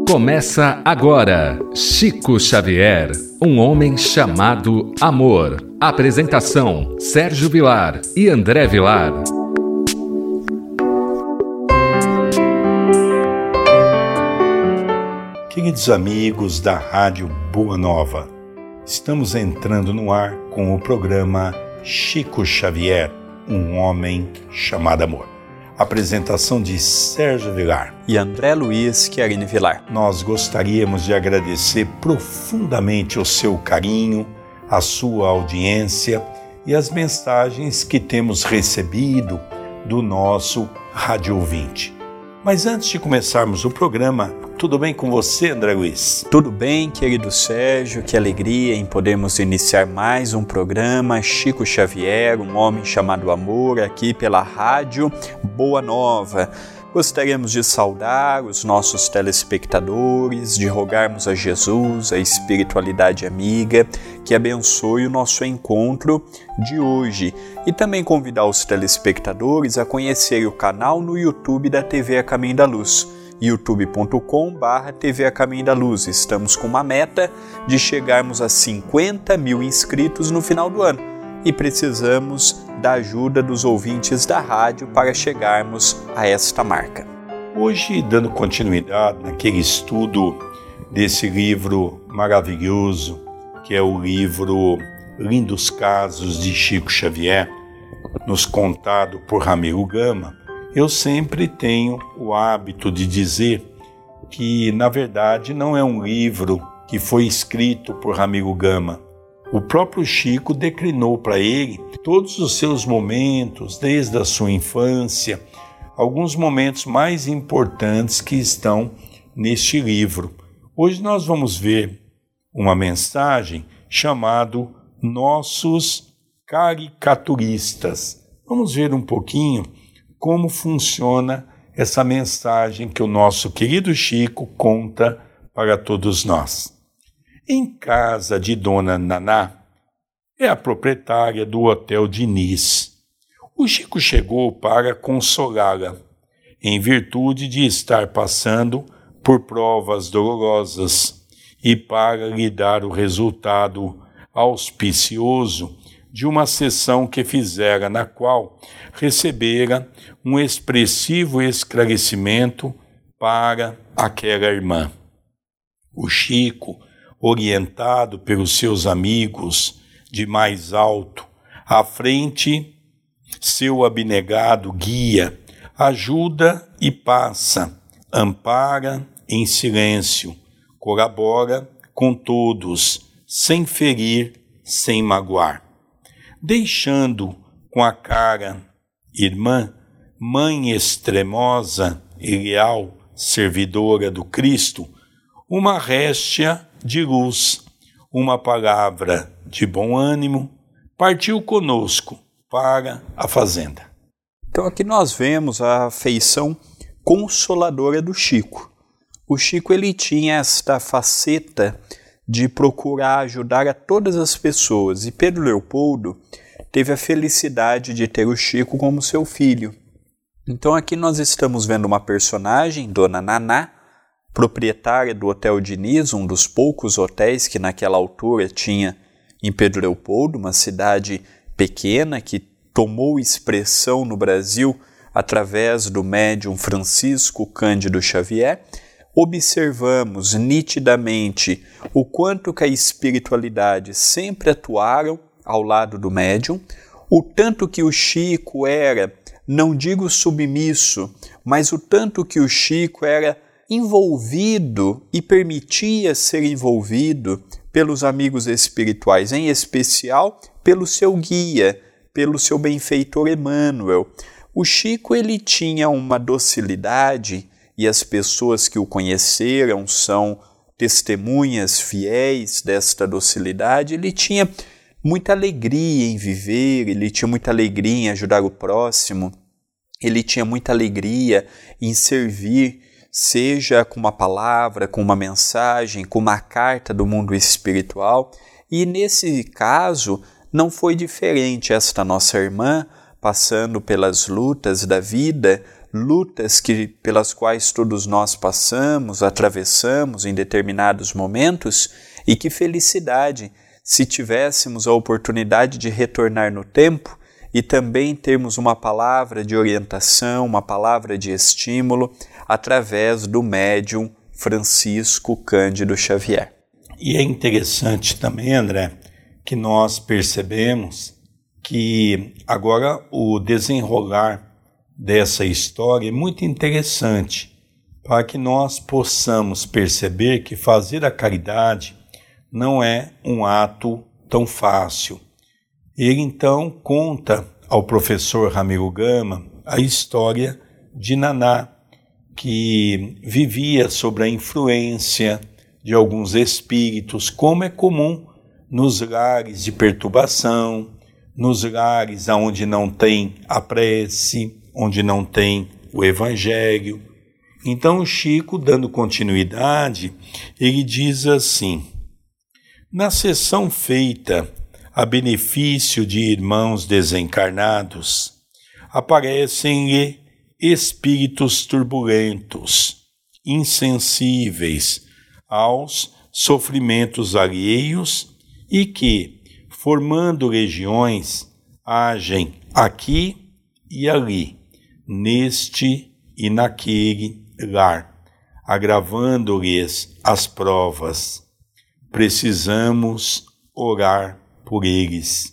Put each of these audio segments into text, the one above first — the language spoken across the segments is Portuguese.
Começa agora, Chico Xavier, um homem chamado amor. Apresentação, Sérgio Vilar e André Vilar. Queridos amigos da Rádio Boa Nova, estamos entrando no ar com o programa Chico Xavier, um homem chamado amor. Apresentação de Sérgio Vilar e André Luiz Chiarini Vilar. Nós gostaríamos de agradecer profundamente o seu carinho, a sua audiência e as mensagens que temos recebido do nosso rádio ouvinte. Mas antes de começarmos o programa, tudo bem com você, André Luiz? Tudo bem, querido Sérgio, que alegria em podermos iniciar mais um programa Chico Xavier, um homem chamado amor, aqui pela Rádio Boa Nova. Gostaríamos de saudar os nossos telespectadores, de rogarmos a Jesus, a espiritualidade amiga, que abençoe o nosso encontro de hoje. E também convidar os telespectadores a conhecerem o canal no YouTube da TV A Caminho da Luz, youtube.com/TV A Caminho da Luz. Estamos com uma meta de chegarmos a 50 mil inscritos no final do ano e precisamos da ajuda dos ouvintes da rádio para chegarmos a esta marca. Hoje, dando continuidade naquele estudo desse livro maravilhoso, que é o livro Lindos Casos de Chico Xavier, nos contado por Ramiro Gama, eu sempre tenho o hábito de dizer que, na verdade, não é um livro que foi escrito por Ramiro Gama. O próprio Chico declinou para ele todos os seus momentos, desde a sua infância, alguns momentos mais importantes que estão neste livro. Hoje nós vamos ver uma mensagem chamada Nossos Caricaturistas. Vamos ver um pouquinho como funciona essa mensagem que o nosso querido Chico conta para todos nós. Em casa de Dona Naná, é a proprietária do Hotel Diniz. O Chico chegou para consolá-la, em virtude de estar passando por provas dolorosas e para lhe dar o resultado auspicioso de uma sessão que fizera, na qual recebera um expressivo esclarecimento para aquela irmã. O Chico, orientado pelos seus amigos de mais alto, à frente, seu abnegado guia, ajuda e passa, ampara em silêncio, colabora com todos, sem ferir, sem magoar. Deixando com a cara, irmã, mãe extremosa e leal, servidora do Cristo, uma réstia de luz, uma palavra de bom ânimo, partiu conosco para a fazenda. Então aqui nós vemos a afeição consoladora do Chico. O Chico ele tinha esta faceta de procurar ajudar a todas as pessoas, e Pedro Leopoldo teve a felicidade de ter o Chico como seu filho. Então aqui nós estamos vendo uma personagem, Dona Naná, proprietária do Hotel Diniz, um dos poucos hotéis que naquela altura tinha em Pedro Leopoldo, uma cidade pequena que tomou expressão no Brasil através do médium Francisco Cândido Xavier. Observamos nitidamente o quanto que a espiritualidade sempre atuaram ao lado do médium, o tanto que o Chico era, não digo submisso, mas o tanto que o Chico era envolvido e permitia ser envolvido pelos amigos espirituais, em especial pelo seu guia, pelo seu benfeitor Emmanuel. O Chico ele tinha uma docilidade, e as pessoas que o conheceram são testemunhas fiéis desta docilidade. Ele tinha muita alegria em viver, ele tinha muita alegria em ajudar o próximo, ele tinha muita alegria em servir, seja com uma palavra, com uma mensagem, com uma carta do mundo espiritual. E nesse caso não foi diferente. Esta nossa irmã, passando pelas lutas da vida, lutas pelas quais todos nós passamos, atravessamos em determinados momentos, e que felicidade se tivéssemos a oportunidade de retornar no tempo e também termos uma palavra de orientação, uma palavra de estímulo através do médium Francisco Cândido Xavier. E é interessante também, André, que nós percebemos que agora o desenrolar dessa história é muito interessante para que nós possamos perceber que fazer a caridade não é um ato tão fácil. Ele então conta ao professor Ramiro Gama a história de Naná, que vivia sob a influência de alguns espíritos, como é comum nos lares de perturbação, nos lares onde não tem a prece, onde não tem o evangelho. Então o Chico, dando continuidade, ele diz assim: na sessão feita a benefício de irmãos desencarnados, aparecem-lhe espíritos turbulentos, insensíveis aos sofrimentos alheios e que, formando legiões, agem aqui e ali, neste e naquele lar, agravando-lhes as provas. Precisamos orar por eles.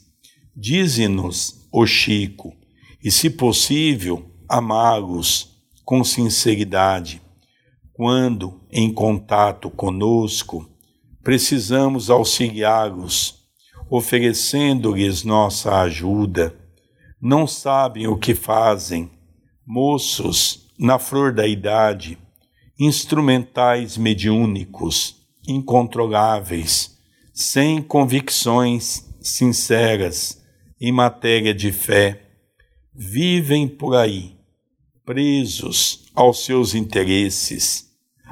Dize-nos o Chico, e se possível, amá-los com sinceridade. Quando, em contato conosco, precisamos auxiliá-los, oferecendo-lhes nossa ajuda. Não sabem o que fazem, moços na flor da idade, instrumentais mediúnicos, incontroláveis, sem convicções sinceras em matéria de fé, vivem por aí, presos aos seus interesses,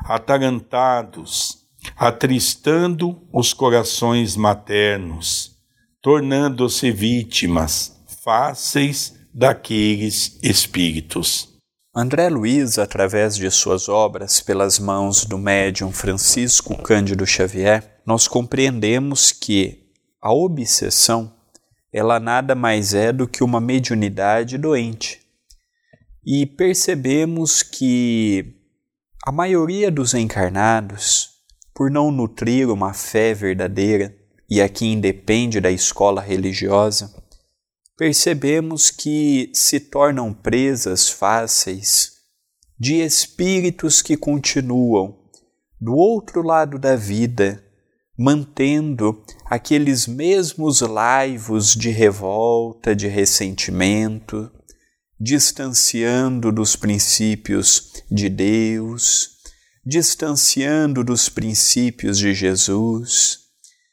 atarantados, atristando os corações maternos, tornando-se vítimas fáceis daqueles espíritos. André Luiz, através de suas obras pelas mãos do médium Francisco Cândido Xavier, nós compreendemos que a obsessão, ela nada mais é do que uma mediunidade doente. E percebemos que a maioria dos encarnados, por não nutrir uma fé verdadeira, e aqui independe da escola religiosa, percebemos que se tornam presas fáceis de espíritos que continuam do outro lado da vida, mantendo aqueles mesmos laivos de revolta, de ressentimento, distanciando dos princípios de Deus, distanciando dos princípios de Jesus.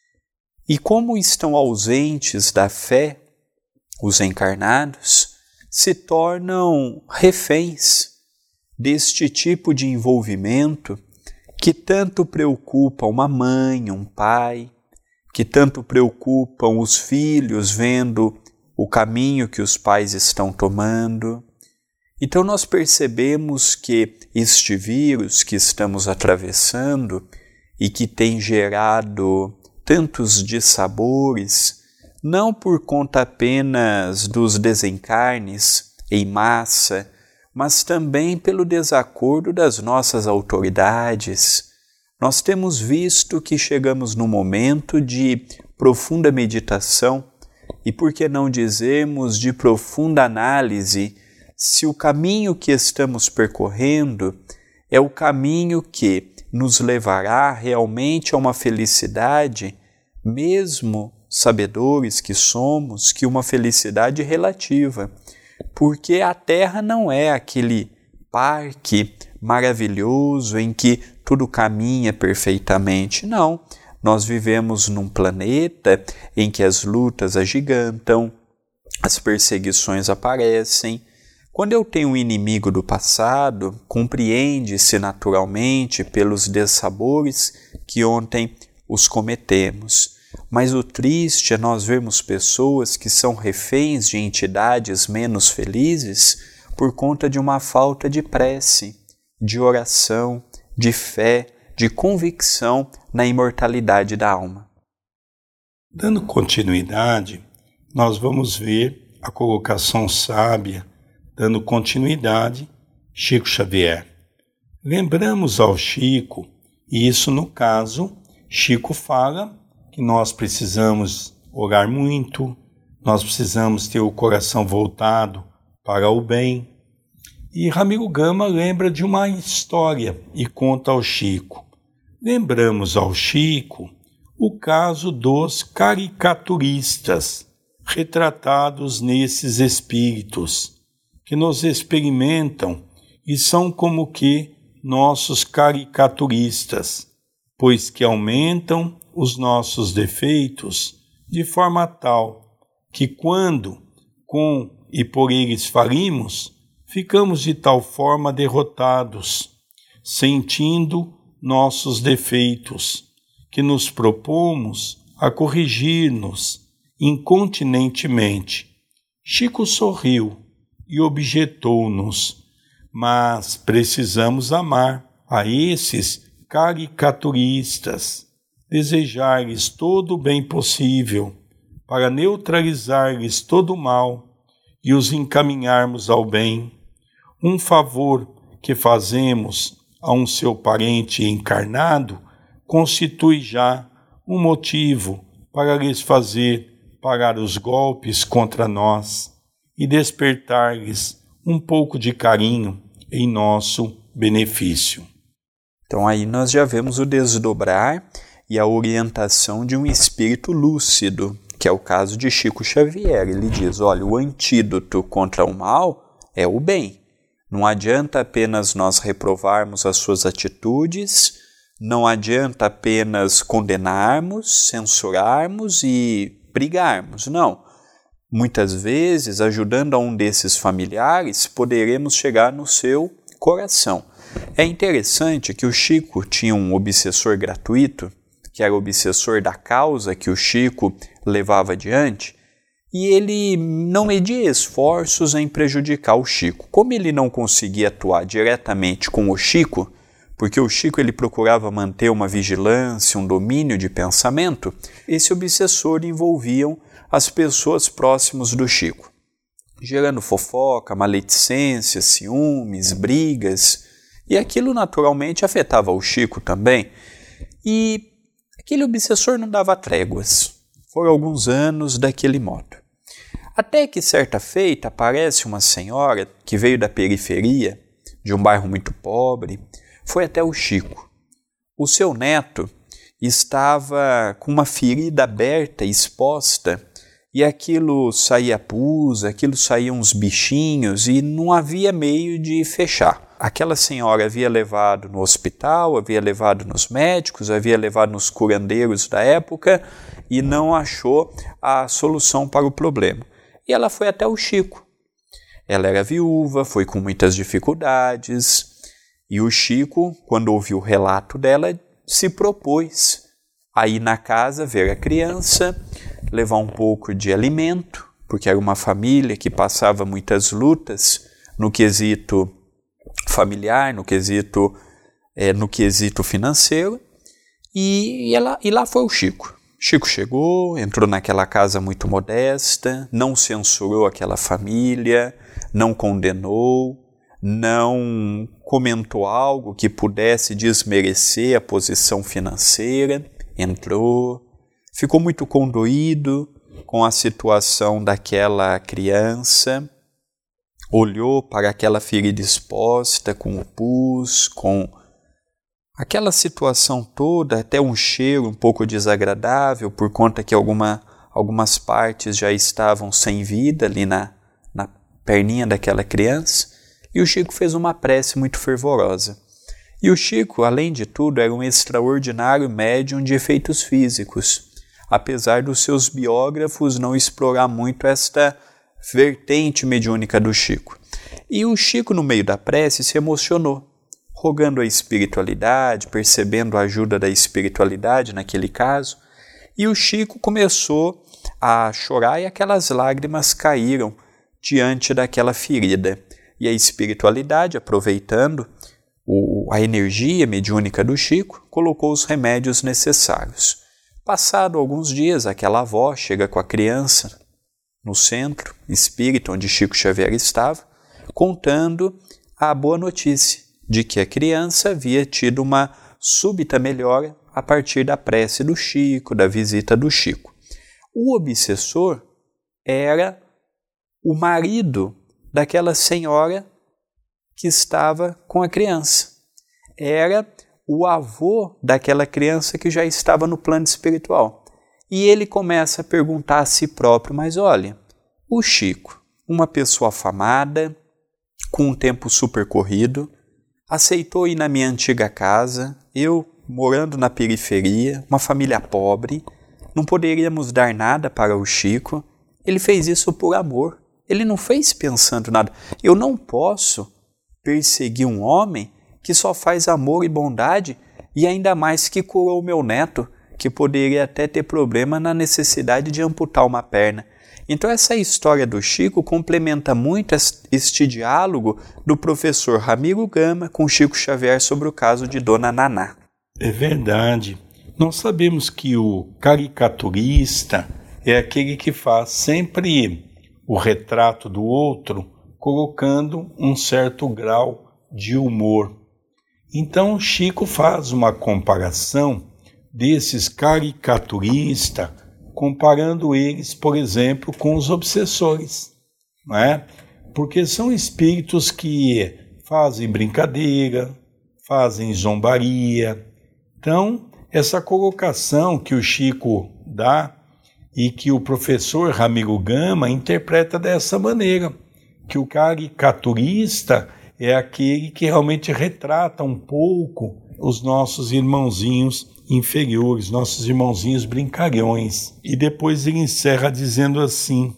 E como estão ausentes da fé, os encarnados se tornam reféns deste tipo de envolvimento que tanto preocupa uma mãe, um pai, que tanto preocupam os filhos vendo o caminho que os pais estão tomando. Então nós percebemos que este vírus que estamos atravessando e que tem gerado tantos dissabores, não por conta apenas dos desencarnes em massa, mas também pelo desacordo das nossas autoridades. Nós temos visto que chegamos num momento de profunda meditação e, por que não dizermos, de profunda análise, se o caminho que estamos percorrendo é o caminho que nos levará realmente a uma felicidade, mesmo sabedores que somos, que uma felicidade relativa, porque a Terra não é aquele parque maravilhoso em que tudo caminha perfeitamente. Não, nós vivemos num planeta em que as lutas agigantam, as perseguições aparecem. Quando eu tenho um inimigo do passado, compreende-se naturalmente pelos dessabores que ontem os cometemos. Mas o triste é nós vermos pessoas que são reféns de entidades menos felizes, por conta de uma falta de prece, de oração, de fé, de convicção na imortalidade da alma. Dando continuidade, nós vamos ver a colocação sábia, dando continuidade, Chico Xavier. Lembramos ao Chico, e isso no caso, Chico fala que nós precisamos orar muito, nós precisamos ter o coração voltado para o bem. E Ramiro Gama lembra de uma história e conta ao Chico. Lembramos ao Chico o caso dos caricaturistas, retratados nesses espíritos, que nos experimentam e são como que nossos caricaturistas, pois que aumentam os nossos defeitos de forma tal que quando, com e por eles falimos, ficamos de tal forma derrotados, sentindo nossos defeitos, que nos propomos a corrigir-nos incontinentemente. Chico sorriu e objetou-nos, mas precisamos amar a esses caricaturistas, desejar-lhes todo o bem possível, para neutralizar-lhes todo o mal e os encaminharmos ao bem. Um favor que fazemos a um seu parente encarnado constitui já um motivo para lhes fazer pagar os golpes contra nós e despertar-lhes um pouco de carinho em nosso benefício. Então aí nós já vemos o desdobrar e a orientação de um espírito lúcido, que é o caso de Chico Xavier. Ele diz, olha, o antídoto contra o mal é o bem. Não adianta apenas nós reprovarmos as suas atitudes, não adianta apenas condenarmos, censurarmos e brigarmos, não. Muitas vezes, ajudando a um desses familiares, poderemos chegar no seu coração. É interessante que o Chico tinha um obsessor gratuito, que era o obsessor da causa que o Chico levava adiante, e ele não media esforços em prejudicar o Chico. Como ele não conseguia atuar diretamente com o Chico, porque o Chico ele procurava manter uma vigilância, um domínio de pensamento, esse obsessor envolvia as pessoas próximas do Chico, gerando fofoca, maledicência, ciúmes, brigas, e aquilo naturalmente afetava o Chico também. E aquele obsessor não dava tréguas. Foram alguns anos daquele modo. Até que certa feita aparece uma senhora que veio da periferia, de um bairro muito pobre, foi até o Chico. O seu neto estava com uma ferida aberta, exposta, e aquilo saía pus, aquilo saía uns bichinhos e não havia meio de fechar. Aquela senhora havia levado no hospital, havia levado nos médicos, havia levado nos curandeiros da época e não achou a solução para o problema. E ela foi até o Chico. Ela era viúva, foi com muitas dificuldades, e o Chico, quando ouviu o relato dela, se propôs a ir na casa ver a criança, levar um pouco de alimento, porque era uma família que passava muitas lutas no quesito familiar, no quesito financeiro, e lá foi o Chico. Chico chegou, entrou naquela casa muito modesta, não censurou aquela família, não condenou, não comentou algo que pudesse desmerecer a posição financeira, entrou, ficou muito condoído com a situação daquela criança, olhou para aquela ferida exposta com o pus, com aquela situação toda, até um cheiro um pouco desagradável, por conta que algumas partes já estavam sem vida ali na perninha daquela criança, e o Chico fez uma prece muito fervorosa. E o Chico, além de tudo, era um extraordinário médium de efeitos físicos, apesar dos seus biógrafos não explorar muito esta vertente mediúnica do Chico. E o Chico, no meio da prece, se emocionou, rogando a espiritualidade, percebendo a ajuda da espiritualidade naquele caso, e o Chico começou a chorar e aquelas lágrimas caíram diante daquela ferida. E a espiritualidade, aproveitando a energia mediúnica do Chico, colocou os remédios necessários. Passado alguns dias, aquela avó chega com a criança no centro espírita onde Chico Xavier estava, contando a boa notícia de que a criança havia tido uma súbita melhora a partir da prece do Chico, da visita do Chico. O obsessor era o marido daquela senhora que estava com a criança. Era o avô daquela criança que já estava no plano espiritual. E ele começa a perguntar a si próprio, mas olha, o Chico, uma pessoa afamada, com um tempo super corrido, aceitou ir na minha antiga casa, eu morando na periferia, uma família pobre, não poderíamos dar nada para o Chico, ele fez isso por amor, ele não fez pensando nada. Eu não posso perseguir um homem que só faz amor e bondade e ainda mais que curou o meu neto, que poderia até ter problema na necessidade de amputar uma perna. Então essa história do Chico complementa muito este diálogo do professor Ramiro Gama com Chico Xavier sobre o caso de Dona Naná. É verdade. Nós sabemos que o caricaturista é aquele que faz sempre o retrato do outro colocando um certo grau de humor. Então Chico faz uma comparação desses caricaturistas, comparando eles, por exemplo, com os obsessores, não é? Porque são espíritos que fazem brincadeira, fazem zombaria. Então, essa colocação que o Chico dá e que o professor Ramiro Gama interpreta dessa maneira, que o caricaturista é aquele que realmente retrata um pouco os nossos irmãozinhos inferiores, nossos irmãozinhos brincalhões. E depois ele encerra dizendo assim: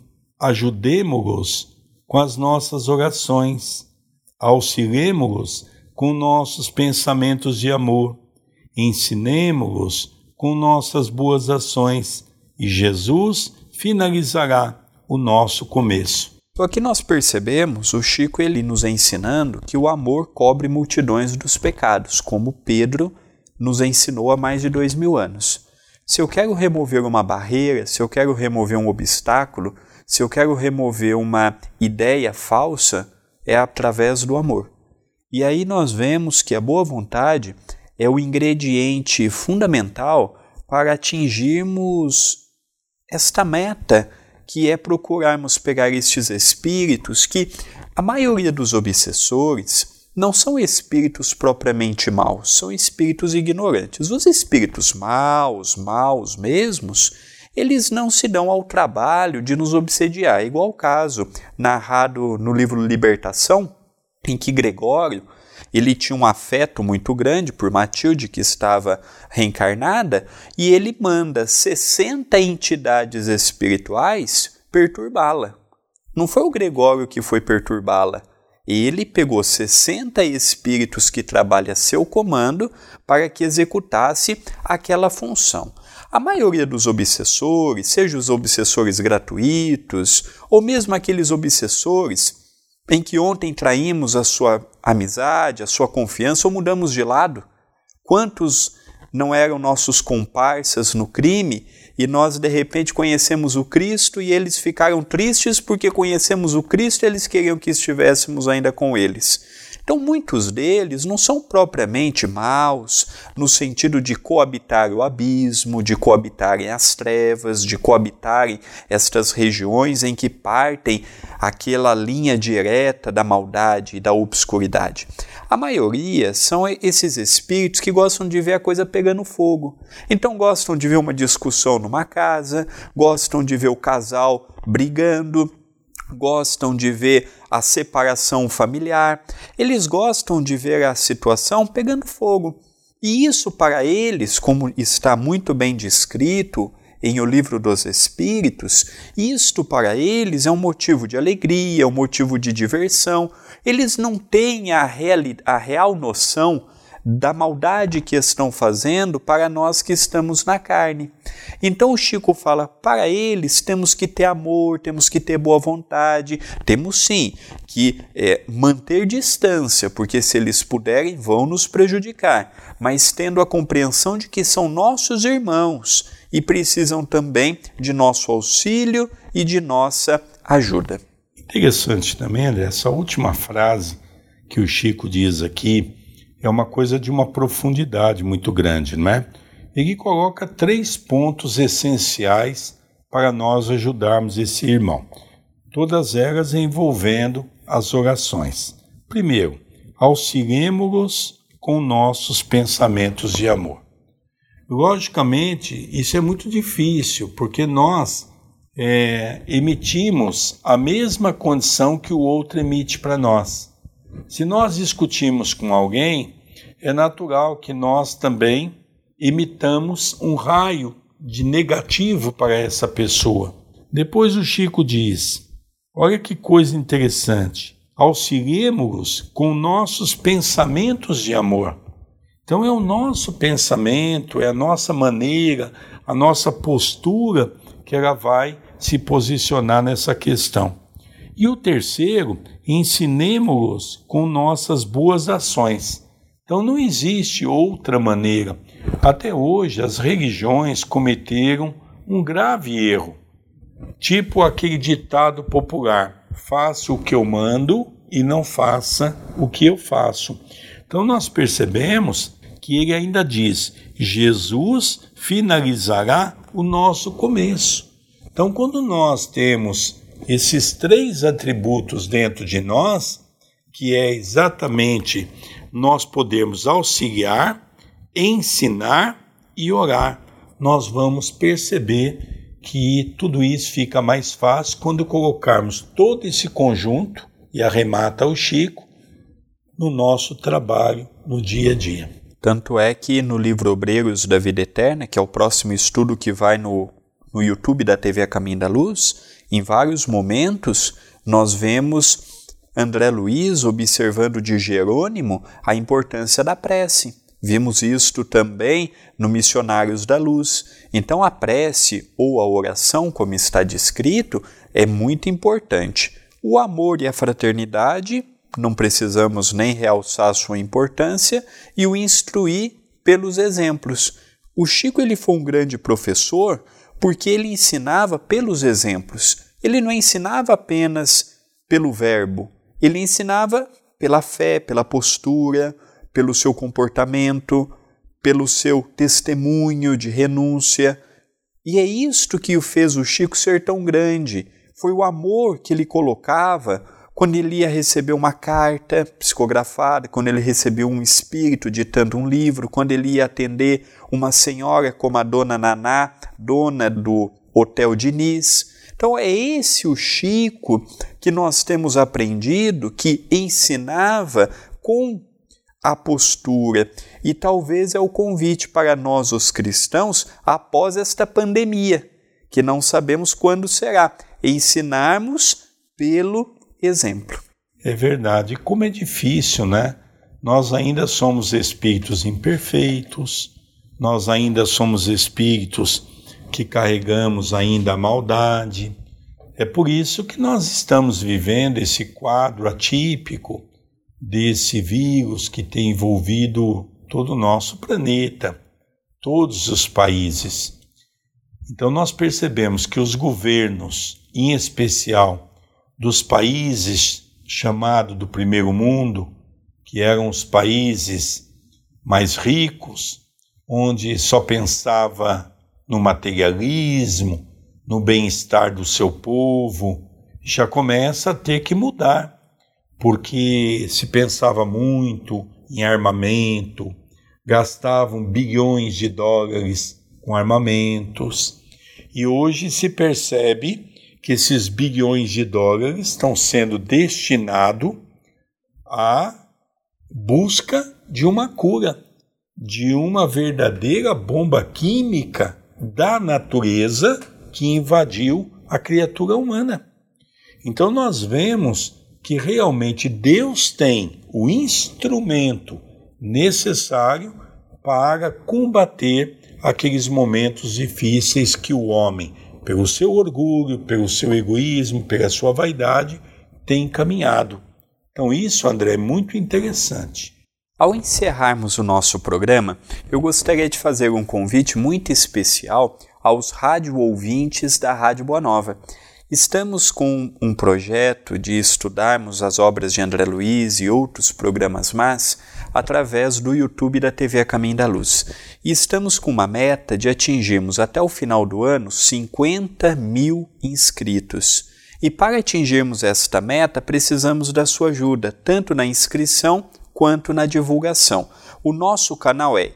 ajudemo-los com as nossas orações, auxiliemo-los com nossos pensamentos de amor, ensinemo-los com nossas boas ações, e Jesus finalizará o nosso começo. Então aqui nós percebemos o Chico ele nos ensinando que o amor cobre multidões dos pecados, como Pedro nos ensinou há mais de 2000 anos. Se eu quero remover uma barreira, se eu quero remover um obstáculo, se eu quero remover uma ideia falsa, é através do amor. E aí nós vemos que a boa vontade é o ingrediente fundamental para atingirmos esta meta, que é procurarmos pegar estes espíritos que a maioria dos obsessores não são espíritos propriamente maus, são espíritos ignorantes. Os espíritos maus mesmos, eles não se dão ao trabalho de nos obsediar. É igual o caso narrado no livro Libertação, em que Gregório ele tinha um afeto muito grande por Matilde, que estava reencarnada, e ele manda 60 entidades espirituais perturbá-la. Não foi o Gregório que foi perturbá-la. Ele pegou 60 espíritos que trabalham a seu comando para que executasse aquela função. A maioria dos obsessores, seja os obsessores gratuitos, ou mesmo aqueles obsessores em que ontem traímos a sua amizade, a sua confiança ou mudamos de lado. Quantos não eram nossos comparsas no crime e nós de repente conhecemos o Cristo e eles ficaram tristes porque conhecemos o Cristo e eles queriam que estivéssemos ainda com eles. Então muitos deles não são propriamente maus no sentido de coabitar o abismo, de coabitarem as trevas, de coabitarem estas regiões em que partem aquela linha direta da maldade e da obscuridade. A maioria são esses espíritos que gostam de ver a coisa pegando fogo. Então gostam de ver uma discussão numa casa, gostam de ver o casal brigando, gostam de ver a separação familiar, eles gostam de ver a situação pegando fogo. E isso para eles, como está muito bem descrito em O Livro dos Espíritos, isto para eles é um motivo de alegria, um motivo de diversão. Eles não têm a real noção da maldade que estão fazendo para nós que estamos na carne. Então o Chico fala, para eles temos que ter amor, temos que ter boa vontade, temos sim que manter distância, porque se eles puderem vão nos prejudicar, mas tendo a compreensão de que são nossos irmãos e precisam também de nosso auxílio e de nossa ajuda. Interessante também, André, essa última frase que o Chico diz aqui é uma coisa de uma profundidade muito grande, não é? Ele coloca 3 pontos essenciais para nós ajudarmos esse irmão, todas elas envolvendo as orações. Primeiro, auxiliemo-los com nossos pensamentos de amor. Logicamente, isso é muito difícil, porque nós emitimos a mesma condição que o outro emite para nós. Se nós discutimos com alguém, é natural que nós também emitamos um raio de negativo para essa pessoa. Depois o Chico diz, olha que coisa interessante, auxiliemo-los com nossos pensamentos de amor. Então é o nosso pensamento, é a nossa maneira, a nossa postura que ela vai se posicionar nessa questão. E o terceiro, ensinemo-los com nossas boas ações. Então não existe outra maneira. Até hoje as religiões cometeram um grave erro, tipo aquele ditado popular, faça o que eu mando e não faça o que eu faço. Então nós percebemos que ele ainda diz, Jesus finalizará o nosso começo. Então quando nós temos esses 3 atributos dentro de nós, que é exatamente nós podemos auxiliar, ensinar e orar, nós vamos perceber que tudo isso fica mais fácil quando colocarmos todo esse conjunto, e arremata o Chico, no nosso trabalho, no dia a dia. Tanto é que no livro Obreiros da Vida Eterna, que é o próximo estudo que vai no YouTube da TV A Caminho da Luz, em vários momentos nós vemos André Luiz observando de Jerônimo a importância da prece. Vimos isto também no Missionários da Luz. Então a prece ou a oração, como está descrito, é muito importante. O amor e a fraternidade, não precisamos nem realçar sua importância, e o instruir pelos exemplos. O Chico ele foi um grande professor porque ele ensinava pelos exemplos. Ele não ensinava apenas pelo verbo, ele ensinava pela fé, pela postura, pelo seu comportamento, pelo seu testemunho de renúncia. E é isto que o fez o Chico ser tão grande. Foi o amor que ele colocava quando ele ia receber uma carta psicografada, quando ele recebeu um espírito ditando um livro, quando ele ia atender uma senhora como a dona Naná, dona do Hotel Diniz. Então é esse o Chico que nós temos aprendido, que ensinava com a postura. E talvez é o convite para nós, os cristãos, após esta pandemia, que não sabemos quando será, ensinarmos pelo exemplo. É verdade. Como é difícil, né? Nós ainda somos espíritos imperfeitos, nós ainda somos espíritos que carregamos ainda a maldade. É por isso que nós estamos vivendo esse quadro atípico desse vírus que tem envolvido todo o nosso planeta, todos os países. Então nós percebemos que os governos, em especial dos países chamados do primeiro mundo, que eram os países mais ricos, onde só pensava no materialismo, no bem-estar do seu povo, já começa a ter que mudar, porque se pensava muito em armamento, gastavam bilhões de dólares com armamentos, e hoje se percebe que esses bilhões de dólares estão sendo destinados à busca de uma cura, de uma verdadeira bomba química da natureza que invadiu a criatura humana. Então nós vemos que realmente Deus tem o instrumento necessário para combater aqueles momentos difíceis que o homem, pelo seu orgulho, pelo seu egoísmo, pela sua vaidade, tem caminhado. Então isso, André, é muito interessante. Ao encerrarmos o nosso programa, eu gostaria de fazer um convite muito especial aos rádio ouvintes da Rádio Boa Nova. Estamos com um projeto de estudarmos as obras de André Luiz e outros programas mais através do YouTube da TV A Caminho da Luz. E estamos com uma meta de atingirmos até o final do ano 50 mil inscritos. E para atingirmos esta meta, precisamos da sua ajuda, tanto na inscrição quanto na divulgação. O nosso canal é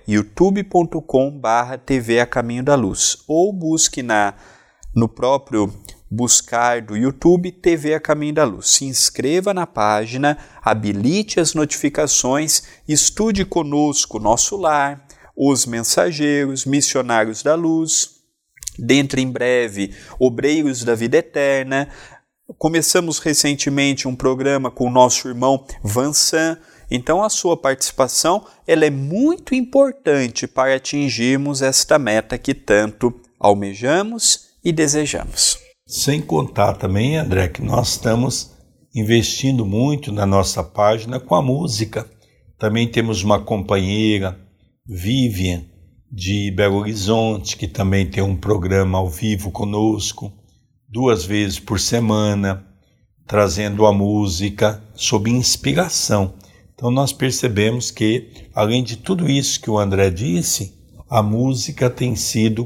youtube.com/TV A Caminho da Luz ou busque no próprio buscar do YouTube TV A Caminho da Luz. Se inscreva na página, habilite as notificações, estude conosco Nosso Lar, Os Mensageiros, Missionários da Luz, dentro em breve, Obreiros da Vida Eterna. Começamos recentemente um programa com o nosso irmão Vansan. Então a sua participação ela é muito importante para atingirmos esta meta que tanto almejamos e desejamos. Sem contar também, André, que nós estamos investindo muito na nossa página com a música. Também temos uma companheira, Vivian, de Belo Horizonte, que também tem um programa ao vivo conosco, 2 vezes por semana, trazendo a música sob inspiração. Então nós percebemos que, além de tudo isso que o André disse, a música tem sido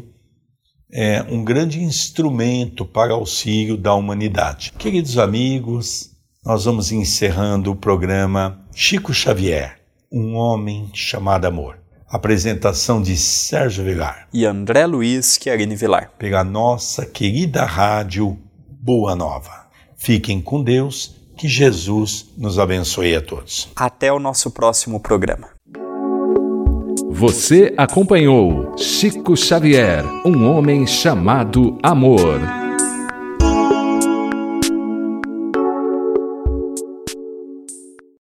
um grande instrumento para auxílio da humanidade. Queridos amigos, nós vamos encerrando o programa Chico Xavier, um homem chamado amor. Apresentação de Sérgio Vilar e André Luiz Chiarini Vilar, pela nossa querida rádio Boa Nova. Fiquem com Deus, que Jesus nos abençoe a todos. Até o nosso próximo programa. Você acompanhou Chico Xavier, um homem chamado amor.